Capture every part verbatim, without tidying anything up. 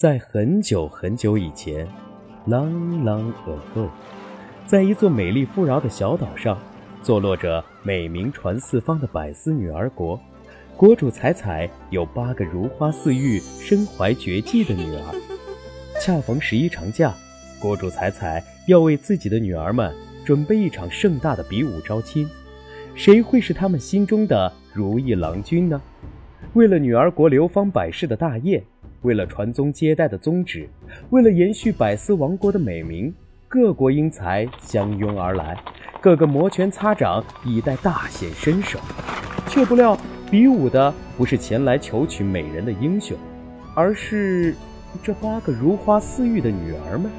在很久很久以前 ，long long ago， 在一座美丽富饶的小岛上，坐落着美名传四方的百思女儿国。国主彩彩有八个如花似玉、身怀绝技的女儿。恰逢十一长假，国主彩彩要为自己的女儿们准备一场盛大的比武招亲。谁会是他们心中的如意郎君呢？为了女儿国流芳百世的大业，为了传宗接代的宗旨，为了延续百思王国的美名，各国英才相拥而来，个个摩拳擦掌，以待大显身手。却不料比武的不是前来求娶美人的英雄，而是这八个如花似玉的女儿们。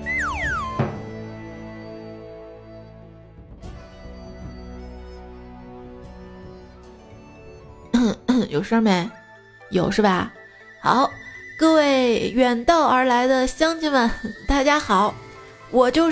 有声没？有是吧？好，各位远道而来的乡亲们，大家好，我就是，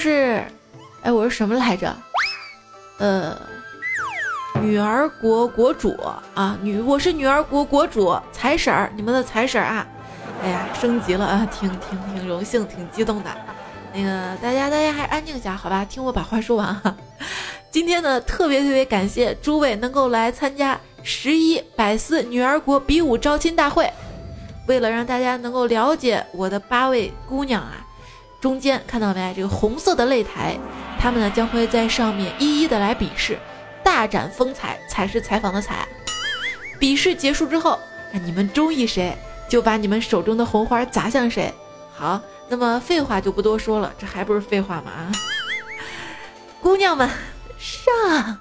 哎，我是什么来着？呃，女儿国国主啊，女，我是女儿国国主彩婶儿，你们的彩婶儿啊，哎呀，升级了啊，挺挺挺荣幸，挺激动的。那个大家大家还安静一下，好吧，听我把话说完哈。今天呢，特别特别感谢诸位能够来参加十一百思女儿国比武招亲大会。为了让大家能够了解我的八位姑娘啊，中间看到没？这个红色的擂台，她们呢将会在上面一一的来比试，大展风采，采是采访的采。比试结束之后，你们中意谁，就把你们手中的红花砸向谁。好，那么废话就不多说了，这还不是废话吗？啊，姑娘们上！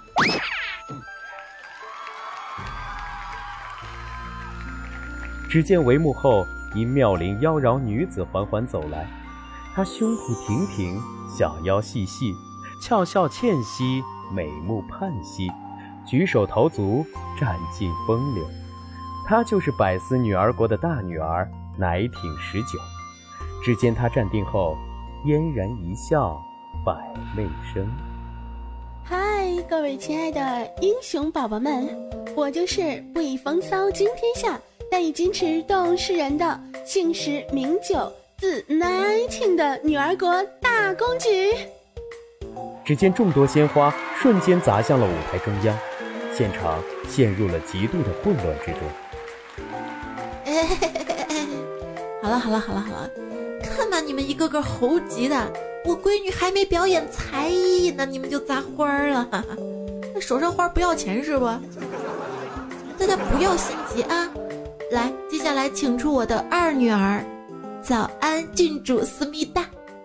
只见帷幕后一妙龄妖娆女子缓缓走来，她胸脯挺挺，小腰细细，俏笑倩兮，美目盼兮，举手投足占尽风流。她就是百思女儿国的大女儿乃挺十九。只见她站定后，嫣然一笑，百媚生。 嗨，各位亲爱的英雄宝宝们，我就是不以风骚惊天下，但以矜持动世人的姓石名酒字乃挺的女儿国大公举。 只见众多鲜花瞬间砸向了舞台中央，现场陷入了极度的混乱之中。 哎，好了好了好了好了，看吧，你们一个个猴急的，我闺女还没表演才艺呢，你们就砸花了，那手上花不要钱是不？大家不要心急啊！来，接下来请出我的二女儿，早安郡主思密达。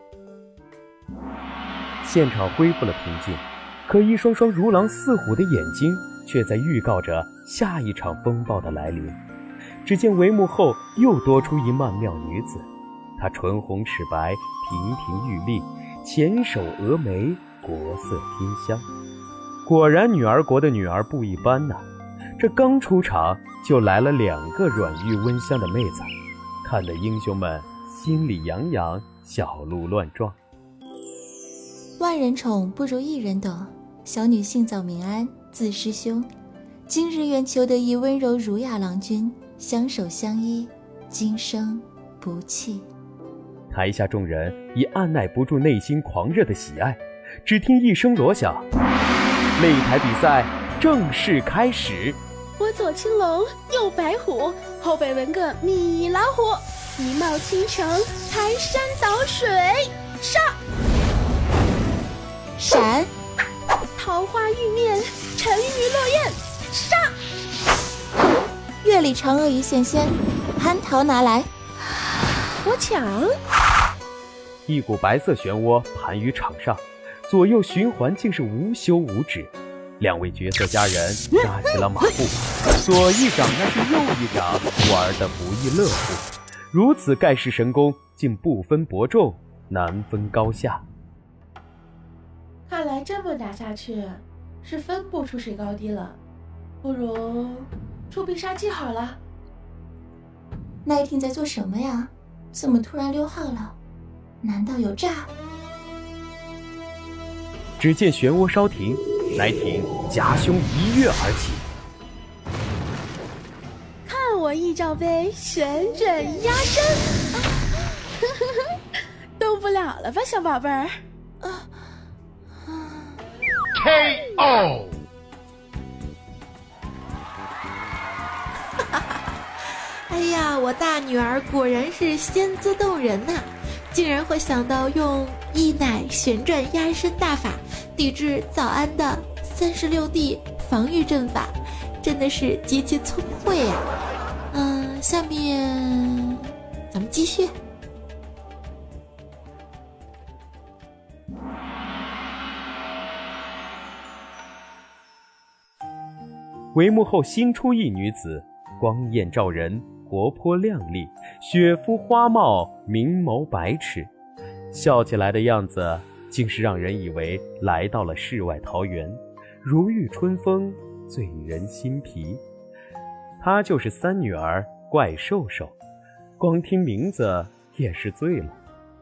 现场恢复了平静，可一双双如狼似虎的眼睛却在预告着下一场风暴的来临。只见帷幕后又多出一曼妙女子，她唇红齿白，亭亭玉立，前手峨眉，国色天香。果然女儿国的女儿不一般呐、啊，这刚出场就来了两个软玉温香的妹子，看得英雄们心里痒痒，小鹿乱撞。 万人宠不如一人懂，小女幸早民安，字师兄。今日愿求得一温柔儒雅郎君，相守相依，今生不弃。 台下众人已按耐不住内心狂热的喜爱，只听一声锣响，擂台比赛正式开始。 我左青龙，右白虎，后背纹个米老虎，一貌倾城，排山倒水，杀！ 闪！ 桃花玉面，沉鱼落雁，杀！ 月里嫦娥一线牵，蟠桃拿来， 我抢！ 一股白色漩涡盘于场上，左右循环竟是无休无止。两位绝色佳人扎起了马步，左一掌那是右一掌，玩得不亦乐乎。如此盖世神功，竟不分伯仲，难分高下。 看来这么打下去，是分不出谁高低了。不如出必杀技好了。 那一挺在做什么呀？怎么突然溜号了？难道有诈？ 只见漩涡稍停，乃挺夹胸一跃而起。 看我一罩杯旋转压身！啊倒了吧，小宝贝儿。 啊啊 K O 哎呀，我大女儿果然是仙姿动人呐、啊，竟然会想到用一奶旋转压身大法抵制早安的三十六 D 防御阵法，真的是极其聪慧呀、啊。嗯、呃，下面咱们继续。 帷幕后新出一女子，光艳照人，活泼靓丽，雪肤花貌，明眸百尺，笑起来的样子竟是让人以为来到了世外桃源，如遇春风，醉人心脾。她就是三女儿怪兽兽，光听名字也是醉了。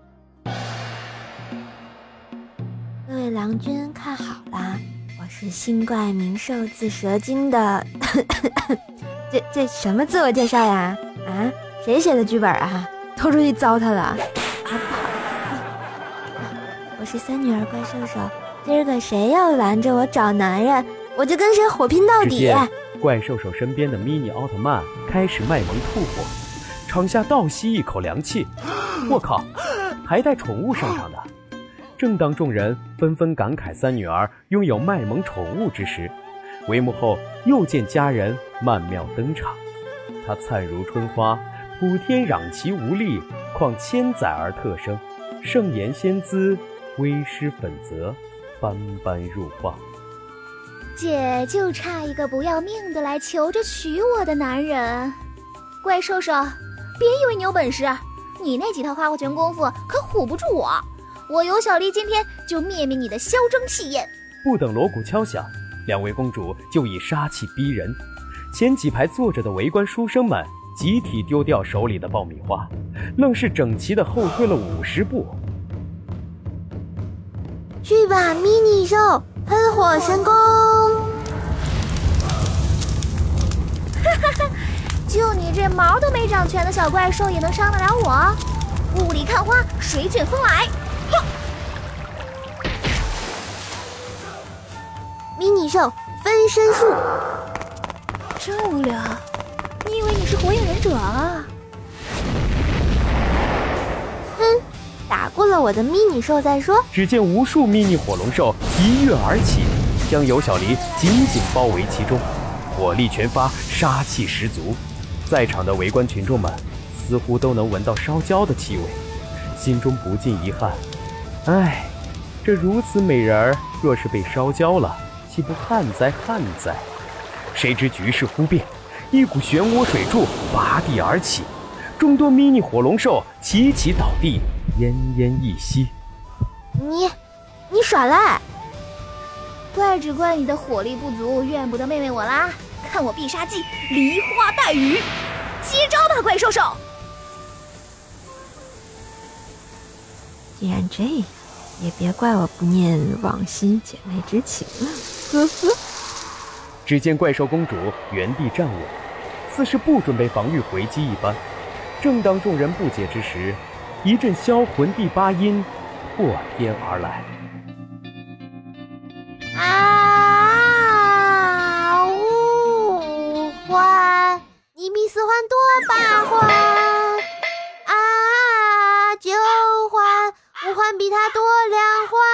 各位郎君看好啦，我是新怪名兽字蛇精的这这什么自我介绍呀？啊，谁写的剧本啊？偷出去糟蹋了啊！不好意思，我是三女儿怪兽兽，今儿个谁要拦着我找男人，我就跟谁火拼到底。 怪兽兽身边的迷你奥特曼开始卖萌吐火，场下倒吸一口凉气。我靠，还带宠物上场的！正当众人纷纷感慨三女儿拥有卖萌宠物之时，帷幕后又见佳人曼妙登场。她灿如春花，普天攘其无力，况千载而特生，盛颜仙姿，微施粉泽，斑斑入画。 姐就差一个不要命的来求着娶我的男人。怪兽兽，别以为你有本事，你那几套花花拳功夫可唬不住我。我有小丽今天就灭灭你的嚣张气焰。 不等锣鼓敲响，两位公主就已杀气逼人。前几排坐着的围观书生们集体丢掉手里的爆米花，愣是整齐地后退了五十步。 去吧，迷你兽，喷火神功！哈哈哈，就你这毛都没长全的小怪兽也能伤得了我？雾里看花，水卷风来！哼！迷你兽分身术，真无聊。你以为你是火影忍者啊？哼！打过了我的迷你兽再说。 只见无数迷你火龙兽一跃而起，将尤小黎紧紧包围其中，火力全发，杀气十足。在场的围观群众们似乎都能闻到烧焦的气味，心中不禁遗憾：唉，这如此美人儿，若是被烧焦了，岂不旱灾旱灾？谁知局势忽变，一股漩涡水柱拔地而起，众多迷你火龙兽齐齐倒地，奄奄一息。 你你耍赖，怪只怪你的火力不足，怨不得妹妹我啦。看我必杀技梨花带雨，接招吧，怪兽兽！ 既然这样，也别怪我不念往昔姐妹之情了。呵呵。 只见怪兽公主原地站稳，似是不准备防御回击一般。正当众人不解之时，一阵销魂第八音破天而来。 啊！五环，你比四环多八环。啊！九环，五环比他多两环。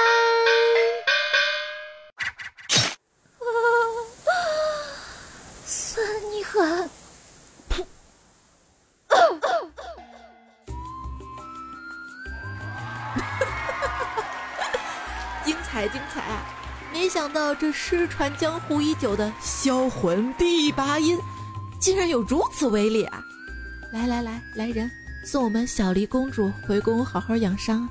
算你狠！ 精彩精彩啊！没想到这失传江湖已久的销魂第八音竟然有如此威力啊！来来来来人，送我们小黎公主回宫好好养伤。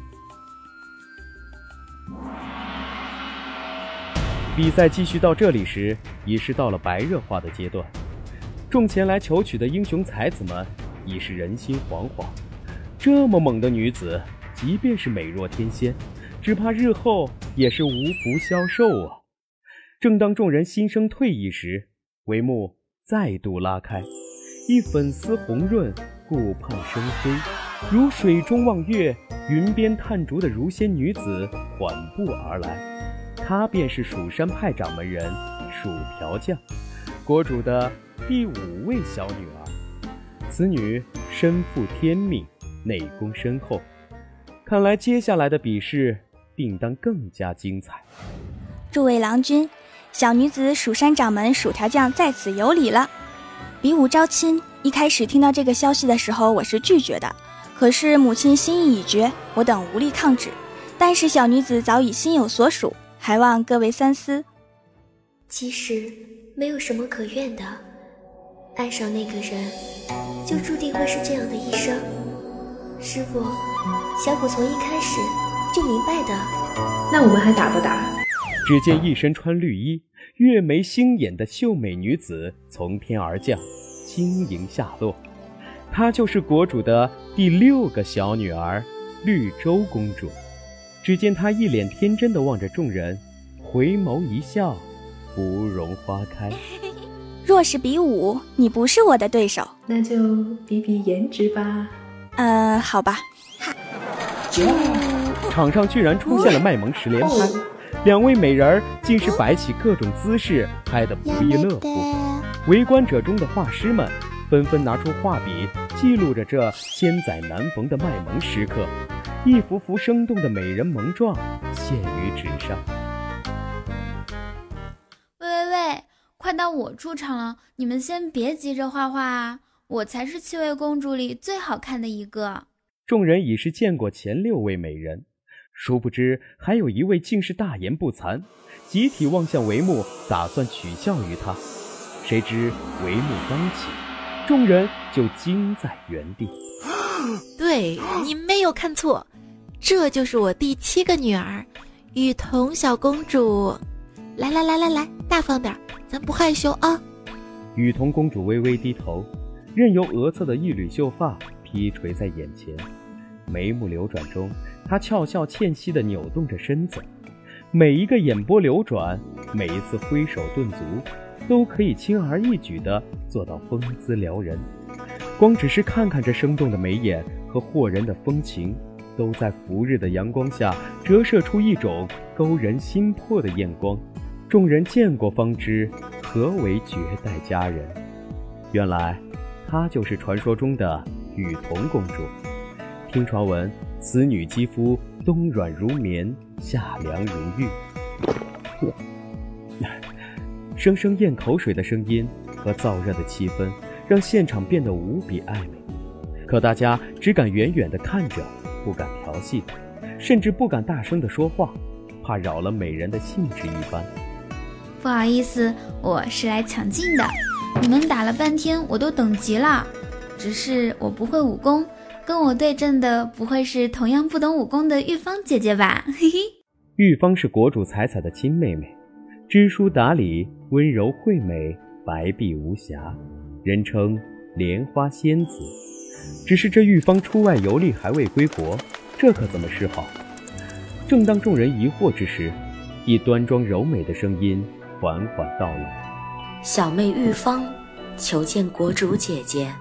比赛继续到这里时，已是到了白热化的阶段。众前来求娶的英雄才子们已是人心惶惶。这么猛的女子，即便是美若天仙，只怕日后也是无福消受啊！正当众人心生退意时，帷幕再度拉开，一粉丝红润，顾盼生辉，如水中望月， 云边探竹的如仙女子缓步而来，她便是蜀山派掌门人蜀条将，国主的第五位小女儿。此女身负天命，内功深厚，看来接下来的比试定当更加精彩。 诸位郎君，小女子蜀山掌门蜀条将在此有礼了。比武招亲，一开始听到这个消息的时候，我是拒绝的。可是母亲心意已决，我等无力抗旨。但是小女子早已心有所属，还望各位三思。 其实没有什么可怨的，爱上那个人，就注定会是这样的一生。师父，小虎从一开始就明白的。 那我们还打不打？ 只见一身穿绿衣、月眉星眼的秀美女子从天而降，轻盈下落。她就是国主的第六个小女儿绿洲公主。只见她一脸天真地望着众人，回眸一笑，芙蓉花开。 若是比武，你不是我的对手， 那就比比颜值吧。 呃，好吧。 场上居然出现了卖萌十连拍，两位美人儿竟是摆起各种姿势，拍得不亦乐乎。围观者中的画师们纷纷拿出画笔，记录着这千载难逢的卖萌时刻，一幅幅生动的美人萌状现于纸上。 喂喂喂，快到我出场了，你们先别急着画画啊，我才是七位公主里最好看的一个。 众人已是见过前六位美人，殊不知还有一位竟是大言不惭，集体望向帷幕，打算取笑于他。谁知帷幕刚起，众人就惊在原地。 对，你没有看错，这就是我第七个女儿，雨桐小公主。来来来来来，大方点，咱不害羞啊。 雨桐公主微微低头，任由额侧的一缕秀发披垂在眼前，眉目流转中，她俏笑倩兮地扭动着身子，每一个眼波流转，每一次挥手顿足，都可以轻而易举地做到风姿撩人。光只是看看这生动的眉眼和惑人的风情，都在伏日的阳光下折射出一种勾人心魄的艳光。众人见过方知何为绝代佳人，原来她就是传说中的雨桐公主。听传闻，此女肌肤冬软如棉，夏凉如玉。生生咽口水的声音和燥热的气氛让现场变得无比暧昧，可大家只敢远远地看着，不敢调戏，甚至不敢大声地说话，怕扰了美人的兴致一番。 不好意思，我是来抢镜的，你们打了半天我都等急了，只是我不会武功，跟我对阵的不会是同样不懂武功的玉芳姐姐吧？嘿嘿。 玉芳是国主彩彩的亲妹妹，知书达理，温柔惠美，白璧无瑕，人称莲花仙子。只是这玉芳出外游历还未归国，这可怎么是好？正当众人疑惑之时，一端庄柔美的声音缓缓道来： 小妹玉芳，求见国主姐姐。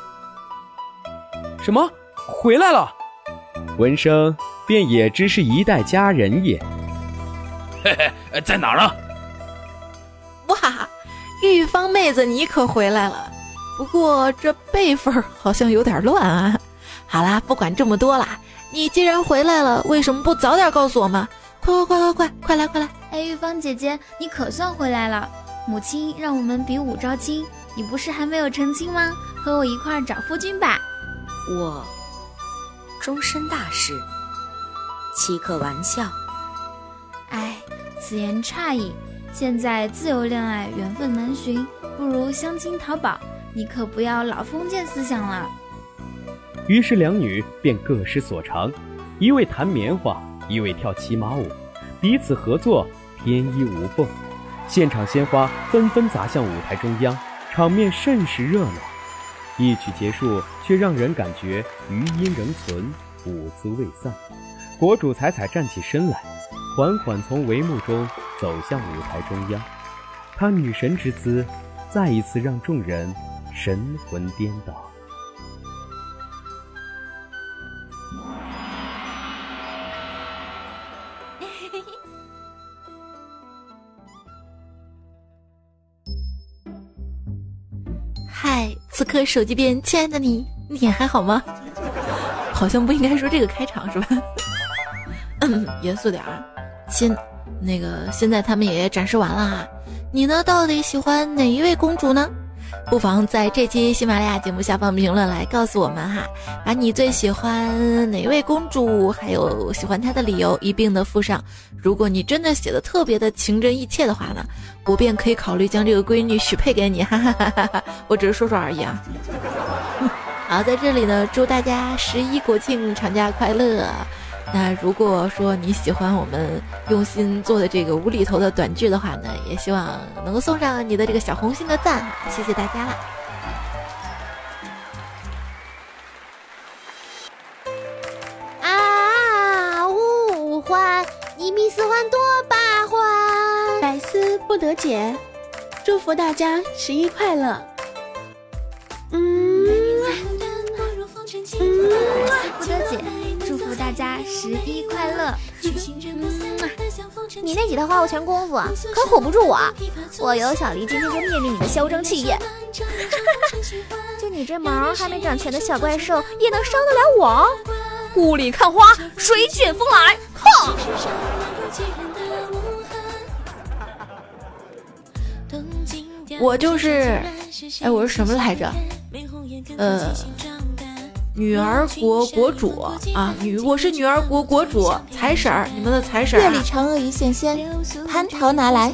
什么？回来了？闻声便也知是一代佳人也。 嘿嘿，在哪儿呢？ 哇，玉芳妹子你可回来了，不过这辈分好像有点乱啊。好啦，不管这么多啦，你既然回来了，为什么不早点告诉我们？快快快快快快来快来！ 哎，玉芳姐姐，你可算回来了。母亲让我们比武招亲，你不是还没有成亲吗？和我一块儿找夫君吧。 我终身大事，岂可玩笑？ 哎，此言差矣。现在自由恋爱，缘分难寻，不如相亲讨宝。你可不要老封建思想了。 于是两女便各施所长，一位弹棉花，一位跳骑马舞，彼此合作，天衣无缝。现场鲜花纷纷砸向舞台中央，场面甚是热闹。一曲结束，却让人感觉余音仍存，舞姿未散。国主彩彩站起身来，缓缓从帷幕中走向舞台中央，她女神之姿再一次让众人神魂颠倒。 此刻手机边亲爱的你，你还好吗？好像不应该说这个开场是吧？嗯，严肃点儿。亲，那个现在他们也展示完了哈，你呢到底喜欢哪一位公主呢？不妨在这期喜马拉雅节目下方评论来告诉我们哈，把你最喜欢哪位公主，还有喜欢她的理由一并的附上。如果你真的写的特别的情真意切的话呢，我便可以考虑将这个闺女许配给你，哈哈哈哈哈！我只是说说而已啊。好，在这里呢，祝大家十一国庆长假快乐。那如果说你喜欢我们用心做的这个无厘头的短剧的话呢，也希望能够送上你的这个小红心的赞，谢谢大家啦。 啊，五环，你比四环多八环。 百思不得解，祝福大家十一快乐。嗯， 嗯，百思不得解。祝福大家十一快乐！ 嗯，你那几套花无钱功夫啊，可唬不住我。我有小黎今天就灭灭你的嚣张气焰。就你这毛还没长全的小怪兽，也能伤得了我？雾里看花，水卷风来，哼！ 我就是，哎，我是什么来着？呃。女儿国国主啊，女我是女儿国国主财婶儿，你们的财婶儿、啊。 月里嫦娥一线牵，蟠桃拿来。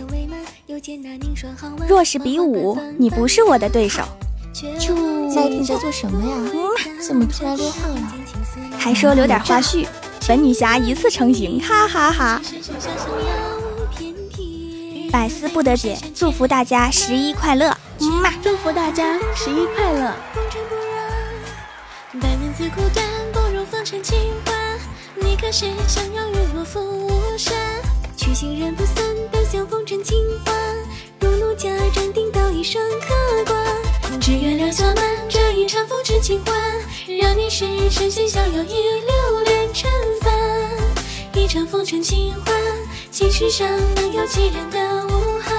若是比武，你不是我的对手。 就在你在做什么呀？嗯、怎么突然溜号了？ 还说留点花絮，本女侠一次成型，哈哈哈！百思不得解，祝福大家十一快乐， 嗯嘛，祝福大家十一快乐。 百年自苦短，不如风尘情怀。你可是想要与我赴巫山？去行人不散，都像风尘情话。如奴家斩钉道一声客官，只愿两小满这一场风尘情欢，让你是神仙逍遥，一流连尘凡。一场风尘情欢，其世上能有几人的无憾？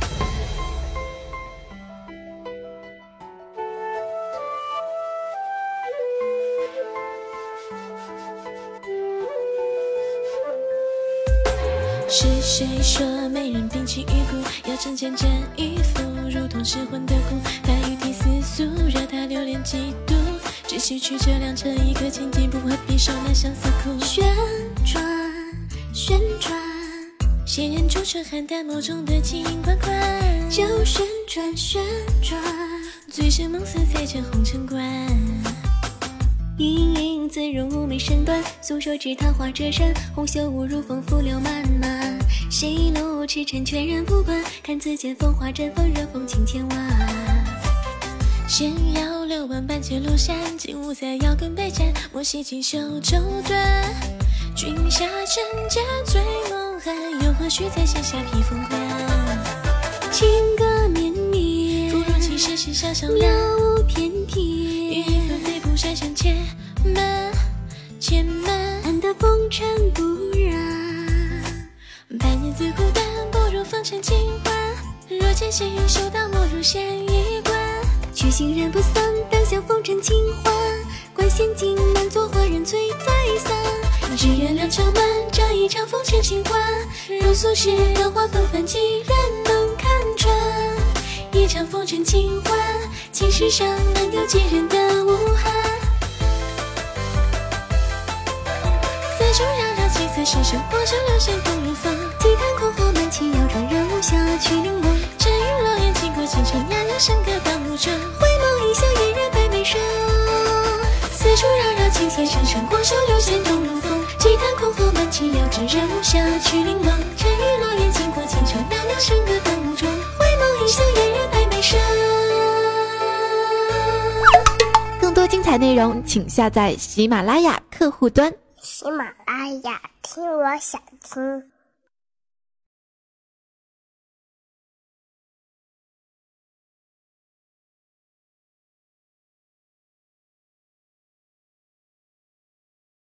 是谁说美人冰清玉骨，要成千真一副，如同失魂的骨，白玉体似素，惹他留恋嫉妒。只需去这辆车，一刻前进，不何必受那相思苦。旋转，旋转，仙人出尘邯郸梦中的情款款，就旋转，旋转，醉生梦死才成红尘关。盈盈自如妩媚身段，素手指桃花折扇，红袖舞如风，拂柳漫漫。谁路驰骋全然不管，看此间风华绽放，热风情千万。仙摇六弯半截庐山，金乌在腰根被斩，莫惜锦绣绸缎。君下真假醉梦寒，又何须在线下披风冠？情歌绵绵，不如其实是想想妙无偏僻。雨鬓纷飞，不闪闪且慢且慢，安得风尘不染。百年自苦短，不如风尘情欢。若剑行修道，莫如仙一关。去行人不散，当向风尘情欢。观仙境难作花人醉再散。只愿两场满，这一场风尘情欢。如俗世灯花纷繁，几人能看穿？一场风尘情欢，其世上能有几人的无憾？四处绕绕几次声声，火烧流线风如风。祭坛箜篌满旗，摇转人无下去玲珑。沉鱼落雁，倾国倾城，雅雅笙歌当幕中。回眸一笑，嫣然百媚生。四处绕绕青天声声，火烧流线动如风。祭坛箜篌满旗，摇转人无下去玲珑。沉鱼落雁，倾国倾城，雅雅笙歌当幕中。回眸一笑，嫣然百媚生。 更多精彩内容，请下载喜马拉雅客户端。 喜马拉雅，听我想听。